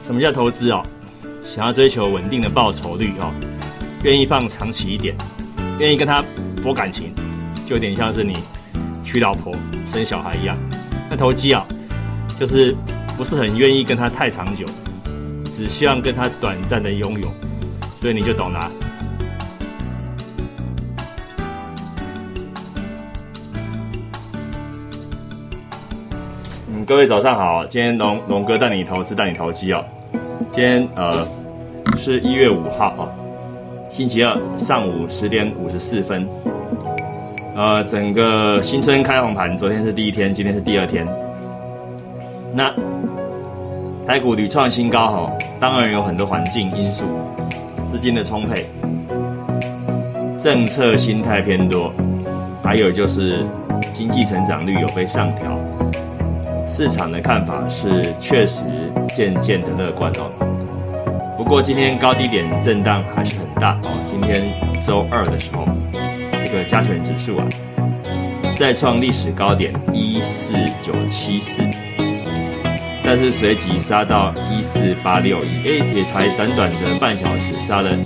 什么叫投资哦？想要追求稳定的报酬率哦，愿意放长期一点，愿意跟他博感情，就有点像是你娶老婆生小孩一样。那投机啊，就是不是很愿意跟他太长久，只希望跟他短暂的拥有，所以你就懂啦。各位早上好，今天龙哥带你投资，带你投机哦。今天是1月5号哦，星期二上午10点54分。整个新春开红盘，昨天是第一天，今天是第二天。那台股屡创新高哈，当然有很多环境因素，资金的充沛，政策心态偏多，还有就是经济成长率有被上调。市场的看法是确实渐渐的乐观哦。不过今天高低点震荡还是很大哦。今天周二的时候，这个加权指数啊，再创历史高点14974，但是随即杀到14861，也才短短的半小时杀了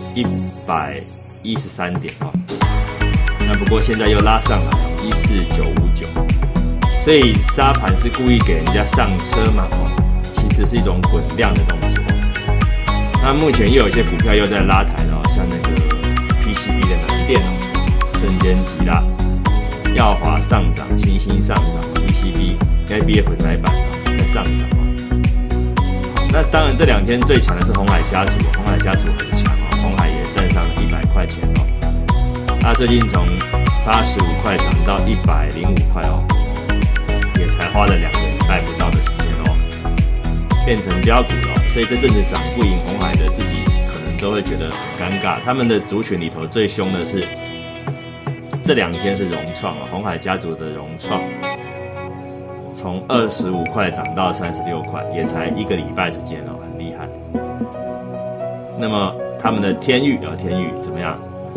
113点哦。那不过现在又拉上来14959。所以杀盘是故意给人家上车嘛？其实是一种滚量的动作。那目前又有一些股票又在拉抬了，像那个 PCB 的南电瞬间急拉，耀华上涨，新兴上涨 ，PCB、ABF 载板在上涨。那当然这2天最强的是鸿海家族，鸿海家族很强哦，鸿海也站上了100块钱哦。它最近从85块涨到105块哦。也才花了2个礼拜不到的时间哦，变成标股了。所以这阵子涨不赢鸿海的，自己可能都会觉得很尴尬。他们的族群里头最凶的是这2天是融创啊，鸿海家族的融创，从25块涨到36块，也才1个礼拜时间哦，很厉害。那么他们的天钰天钰怎么样？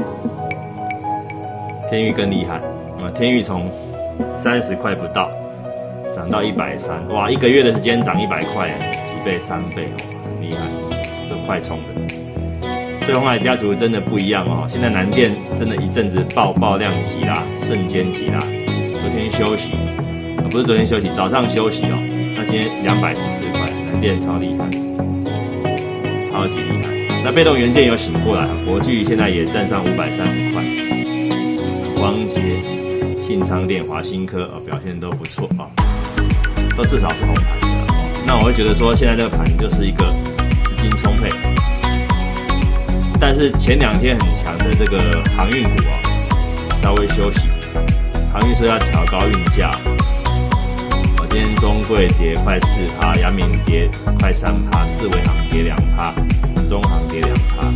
天钰更厉害啊，天钰从30块不到。涨到130，哇！1个月的时间涨100块，几倍3倍哦，很厉害，都快冲的。所以鸿海家族真的不一样哦。现在南电真的一阵子爆量急拉，瞬间急拉。昨天休息，不是昨天休息，早上休息哦。那今天214块，南电超厉害，超级厉害。那被动元件有醒过来，国巨现在也站上530块，光捷、信昌电、华新科表现都不错啊。都至少是红盘的，那我会觉得说，现在这个盘就是一个资金充沛，但是前2天很强的这个航运股稍微休息，航运说要调高运价，今天中贵跌快4%，阳明跌快3%，四维航跌2%，中航跌2%，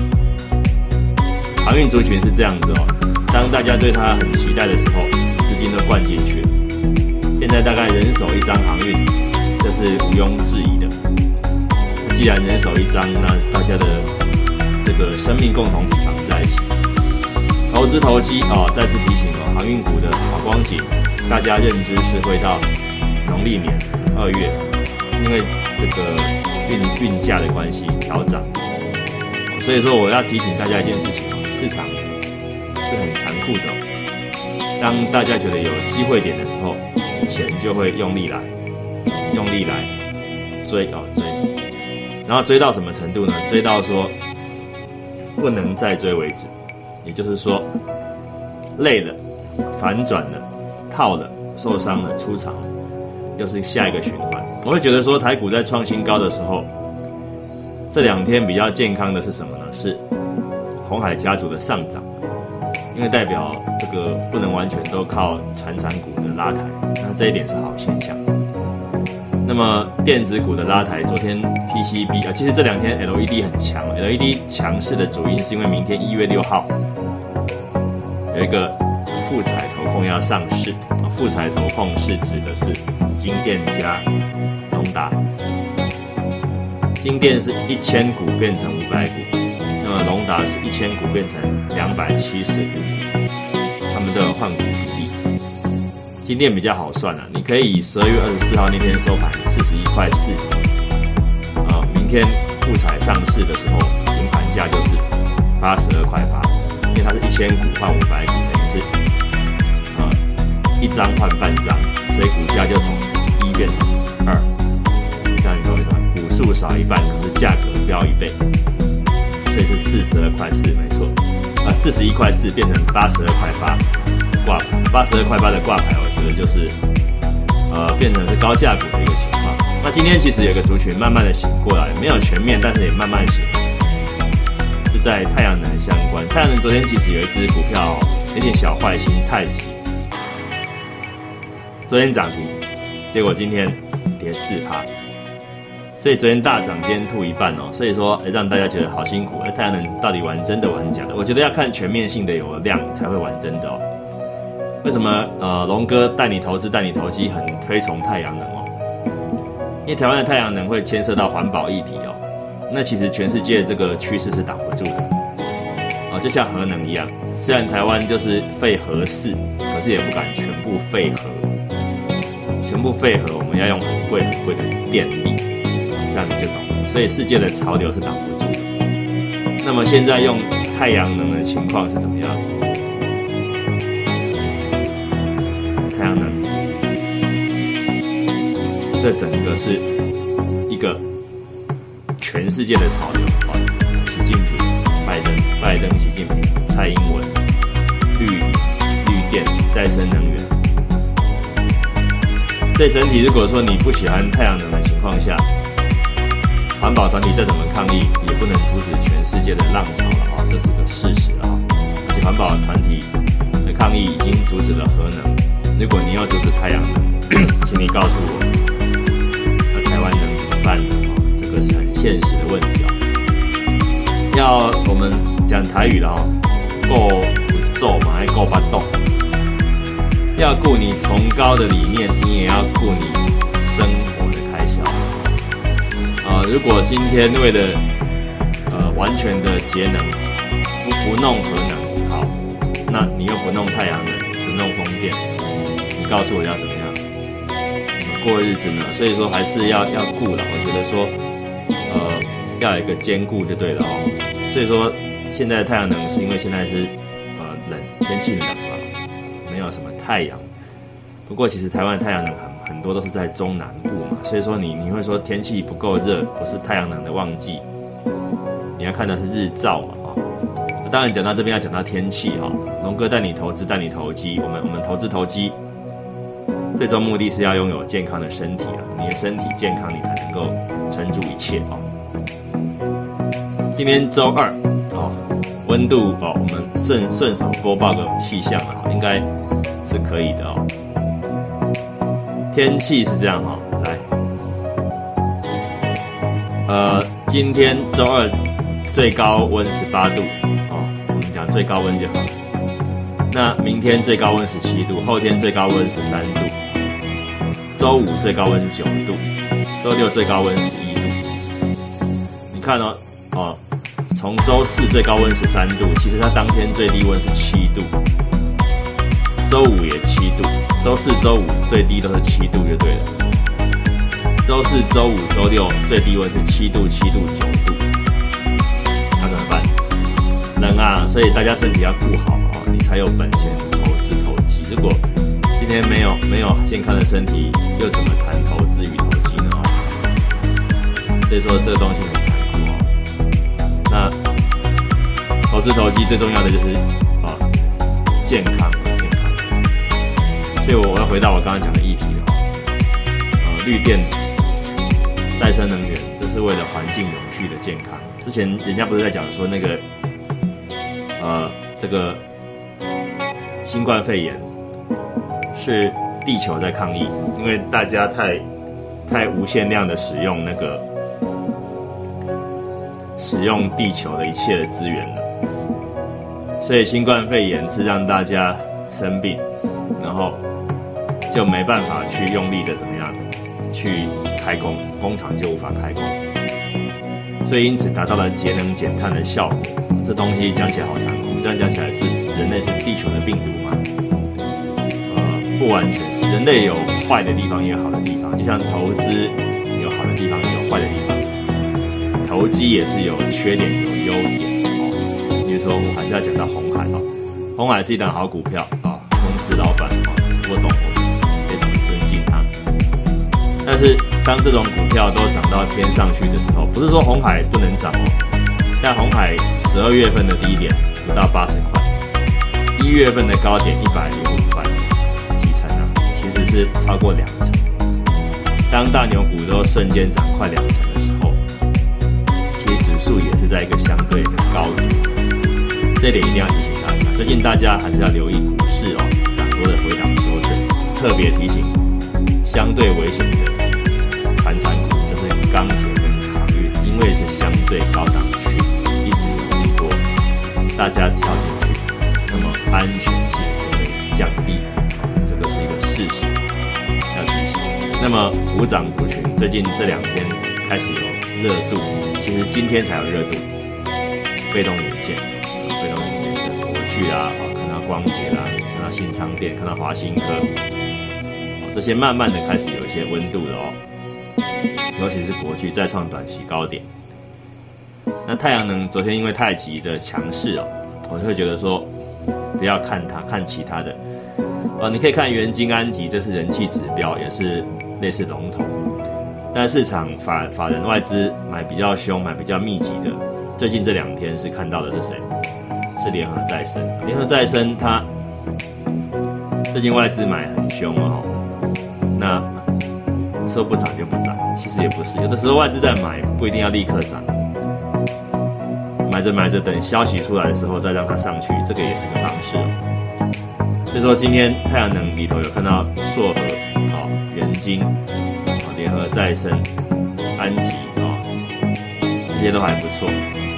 航运族群是这样子哦。当大家对它很期待的时候，资金都灌进去了。现在大概人手1张航运，这是毋庸置疑的。既然人手1张，那大家的这个生命共同体绑在一起。投资投机再次提醒航运股的好光景，大家认知是会到农历年2月，因为这个运价的关系调涨。所以说我要提醒大家一件事情，市场是很残酷的。当大家觉得有机会点的时候，钱就会用力来追，然后追到什么程度呢？追到说不能再追为止，也就是说累了、反转了、套了、受伤了、出场了，又是下一个循环。我会觉得说台股在创新高的时候，这2天比较健康的是什么呢？是鸿海家族的上涨，因为代表这个不能完全都靠传产股的拉抬，那这一点是好现象。那么电子股的拉抬，昨天 PCB 其实这2天 LED 很强 ，LED 强势的主因是因为明天1月6号有一个富彩投控要上市，富彩投控是指的是金电加宏达，金电是1000股变成500股，那么宏达是1000股变成275股，他们都有换股比例。金电比较好算你可以以12月24号那天收盘41块4，明天富彩上市的时候，平盘价就是82块8，因为它是1000股换500股，等于是1张换半张，所以股价就从1变成2，这样你懂我意思吗？股数少1半，可是价格飙1倍，所以是42块4，没错，41块4变成82块8挂牌，82块8的挂牌，我觉得就是变成是高价股的一个情况。那今天其实有个族群慢慢的醒过来，没有全面，但是也慢慢醒，是在太阳能相关。太阳能昨天其实有一只股票有点小坏心，太极，昨天涨停，结果今天跌4%，所以昨天大涨，今天吐一半哦。所以说，让大家觉得好辛苦。太阳能到底玩真的玩假的？我觉得要看全面性的有量才会玩真的哦。为什么龙哥带你投资带你投机很推崇太阳能哦？因为台湾的太阳能会牵涉到环保议题哦。那其实全世界这个趋势是挡不住的哦，就像核能一样，虽然台湾就是废核4，可是也不敢全部废核。全部废核，我们要用很贵很贵的电力，这样你就懂了。所以世界的潮流是挡不住的。那么现在用太阳能的情况是怎么样？太阳能，这整个是一个全世界的潮流啊！习近平、拜登、习近平、蔡英文，绿电、再生能源。所以整体，如果说你不喜欢太阳能的情况下，环保团体再怎么抗议，也不能阻止全世界的浪潮了啊，这是个事实啊。而且环保团体的抗议已经阻止了核能，如果你要阻止太阳能，请你告诉我，那台湾能怎么办呢？这个是很现实的问题啊。要我们讲台语了哈，够不做嘛，还够不动。要顾你崇高的理念，你也要顾你生活的开销。如果今天为了完全的节能，不弄核能，好，那你又不弄太阳能，不弄风电，你告诉我要怎么样？怎么过日子呢？所以说还是要顾了。我觉得说，要有一个兼顾就对了哦。所以说，现在的太阳能是因为现在是冷，天气冷嘛，没有什么太阳。不过其实台湾的太阳能很多都是在中南部嘛，所以说你会说天气不够热，不是太阳能的旺季，你要看的是日照嘛当然讲到这边要讲到天气龙哥带你投资带你投机，我们投资投机，最终目的是要拥有健康的身体你的身体健康，你才能够撑住一切今天周2温度我们顺手播报个气象应该是可以的天气是这样来，今天周2最高温18度我们讲最高温就好。那明天最高温17度，后天最高温13度，周5最高温9度，周6最高温11度。你看从周4最高温13度，其实它当天最低温是7度，周5也7度，周4、周5最低都是7度就对了。周4、周5、周6最低温是7度、7度、9度，那怎么办？冷啊！所以大家身体要顾好你才有本钱投资投机。如果今天没有健康的身体，又怎么谈投资与投机呢？所以说这个东西很残酷那投资投机最重要的就是健康。所以我要回到我刚刚讲的议题了绿电、再生能源，这是为了环境永续的健康。之前人家不是在讲说那个这个新冠肺炎是地球在抗议，因为大家太无限量的使用地球的一切的资源了，所以新冠肺炎是让大家生病，然后就没办法去用力的怎么样去开工，工厂就无法开工，所以因此达到了节能减碳的效果。这东西讲起来好残酷，这样讲起来是人类是地球的病毒吗？不完全是，人类有坏的地方也有好的地方，就像投资有好的地方也有坏的地方，投机也是有缺点有优点哦。比如说，我还是要讲到鸿海哦，鸿海是一档好股票啊，公司老板我懂，我非常尊敬他。但是当这种股票都涨到天上去的时候，不是说鸿海不能涨哦，但鸿海12月份的低点不到80块，1月份的高点105块，几成啊？其实是超过2成。当大牛股都瞬间涨快2成的时候，其实指数也是在一个相对的高点，这点一定要提醒大家。最近大家还是要留意股市哦，涨多的回档修正，特别提醒相对危险的传产股，就是钢铁跟航运，因为是相对高档区，一直有利多，大家跳进去，那么安全性就会降低，这个是一个事实，要提醒。那么补涨族群最近这2天开始有热度，其实今天才有热度，被动元件，被动元件的国巨啊，看到光捷啦，看到新昌电，看到华新科，这些慢慢的开始有一些温度了哦，尤其是国巨再创短期高点。那太阳能昨天因为太极的强势哦，我会觉得说不要看它，看其他的。你可以看元晶、安集，这是人气指标，也是类似龙头。但市场法人外资买比较凶、买比较密集的，最近这2天是看到的是谁？是联合再生。联合再生它最近外资买很凶哦，那说不涨就不涨，其实也不是，有的时候外资在买不一定要立刻涨，买着买着等消息出来的时候再让它上去，这个也是个方式哦。所以说今天太阳能里头有看到硕和、元晶、联合再生、安集这些都还不错。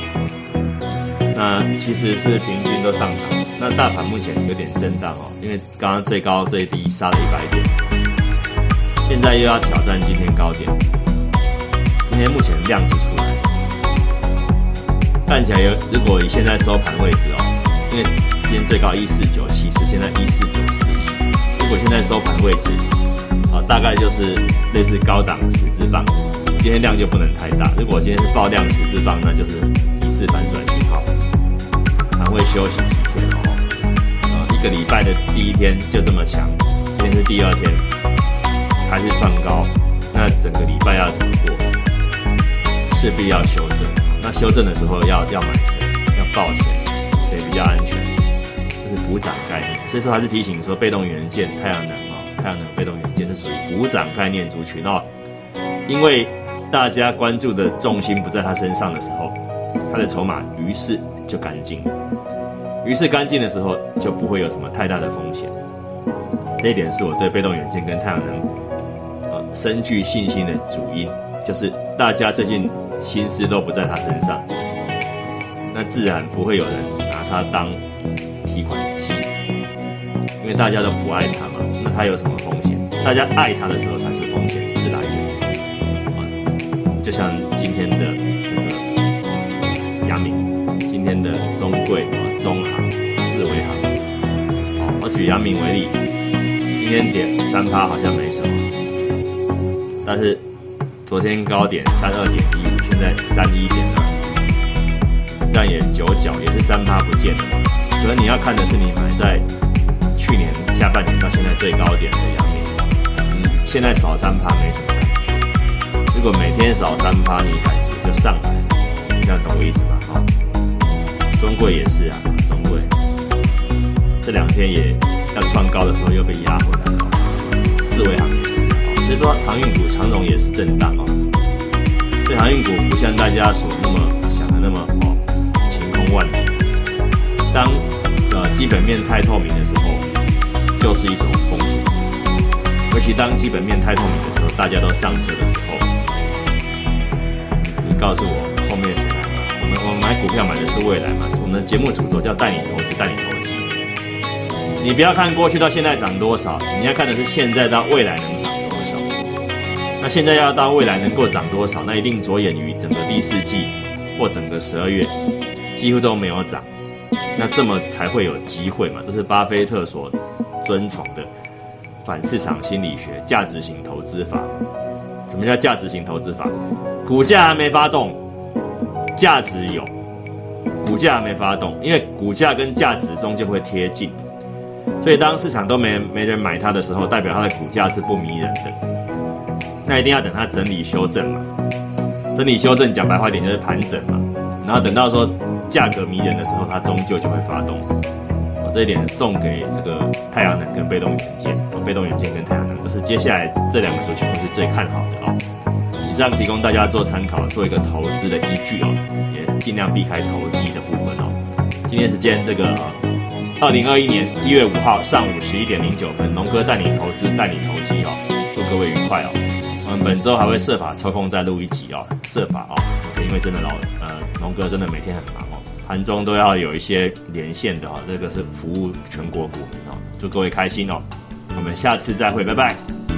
那其实是平均都上涨，那大盘目前有点震荡哦，因为刚刚最高最低杀了100点，现在又要挑战今天高点。今天目前量是出来的，看起来如果以现在收盘位置哦，因为今天最高14974，现在14941，如果现在收盘位置大概就是类似高档十字棒，今天量就不能太大。如果今天是爆量十字棒，那就是疑似反转讯号，还会休息几天哦。1个礼拜的第1天就这么强，今天是第2天，还是创高，那整个礼拜要怎么过？势必要修正。那修正的时候要买谁？要抱谁？谁比较安全？就是补涨概念。所以说还是提醒说，被动元件、太阳能太阳能被动元件是属于补涨概念族群哦。因为大家关注的重心不在它身上的时候，它的筹码于是就干净。于是干净的时候，就不会有什么太大的风险。这一点是我对被动元件跟太阳能深具信心的主因，就是大家最近心思都不在它身上，那自然不会有人拿它当提款机，因为大家都不爱它嘛，那它有什么风险？大家爱它的时候才是风险之来源。就像今天的这个阳明，今天的中贵、中航、四维航，我举阳明为例，今天点3%好像没什么，但是昨天高点32.15，现在31.2，这样也9角，也是3%不见了嘛。可能你要看的是你买在去年下半年到现在最高点的阳明，你现在少3%没什么感觉。如果每天少3%，你感觉就上来了，你这样懂我意思吗？中贵也是啊，中贵这2天也要创高的时候又被压回来了，四维航也是所以说航运股长荣也是震荡所以航运股不像大家所那么想的那么晴空万里。当基本面太透明的时候，就是一种风险。尤其当基本面太透明的时候，大家都上车的时候，你告诉我后面谁来买？我们买股票买的是未来嘛？我们的节目主轴叫带你投资，带你投机。你不要看过去到现在涨多少，你要看的是现在到未来能涨多少。那现在要到未来能够涨多少，那一定着眼于整个第4季或整个12月几乎都没有涨，那这么才会有机会嘛？这是巴菲特所遵从的反市场心理学价值型投资法。什么叫价值型投资法？股价还没发动， 价值有，股价还没发动，因为股价跟价值终究会贴近，所以当市场都没人买它的时候，代表它的股价是不迷人的。那一定要等它整理修正嘛，整理修正讲白话一点就是盘整嘛，然后等到说价格迷人的时候，它终究就会发动。这一点送给这个太阳能跟被动元件，被动元件跟太阳能，这是接下来这两个族群我是最看好的哦。以上提供大家做参考，做一个投资的依据哦，也尽量避开投机的部分哦。今天时间这个2021年1月5号上午11点09分，龙哥带你投资，带你投机哦，祝各位愉快哦。我们本周还会设法抽空再录一集哦，设法哦，因为真的龙哥真的每天很忙哦。盘中都要有一些连线的这个是服务全国股民哦，祝各位开心哦，我们下次再会，拜拜。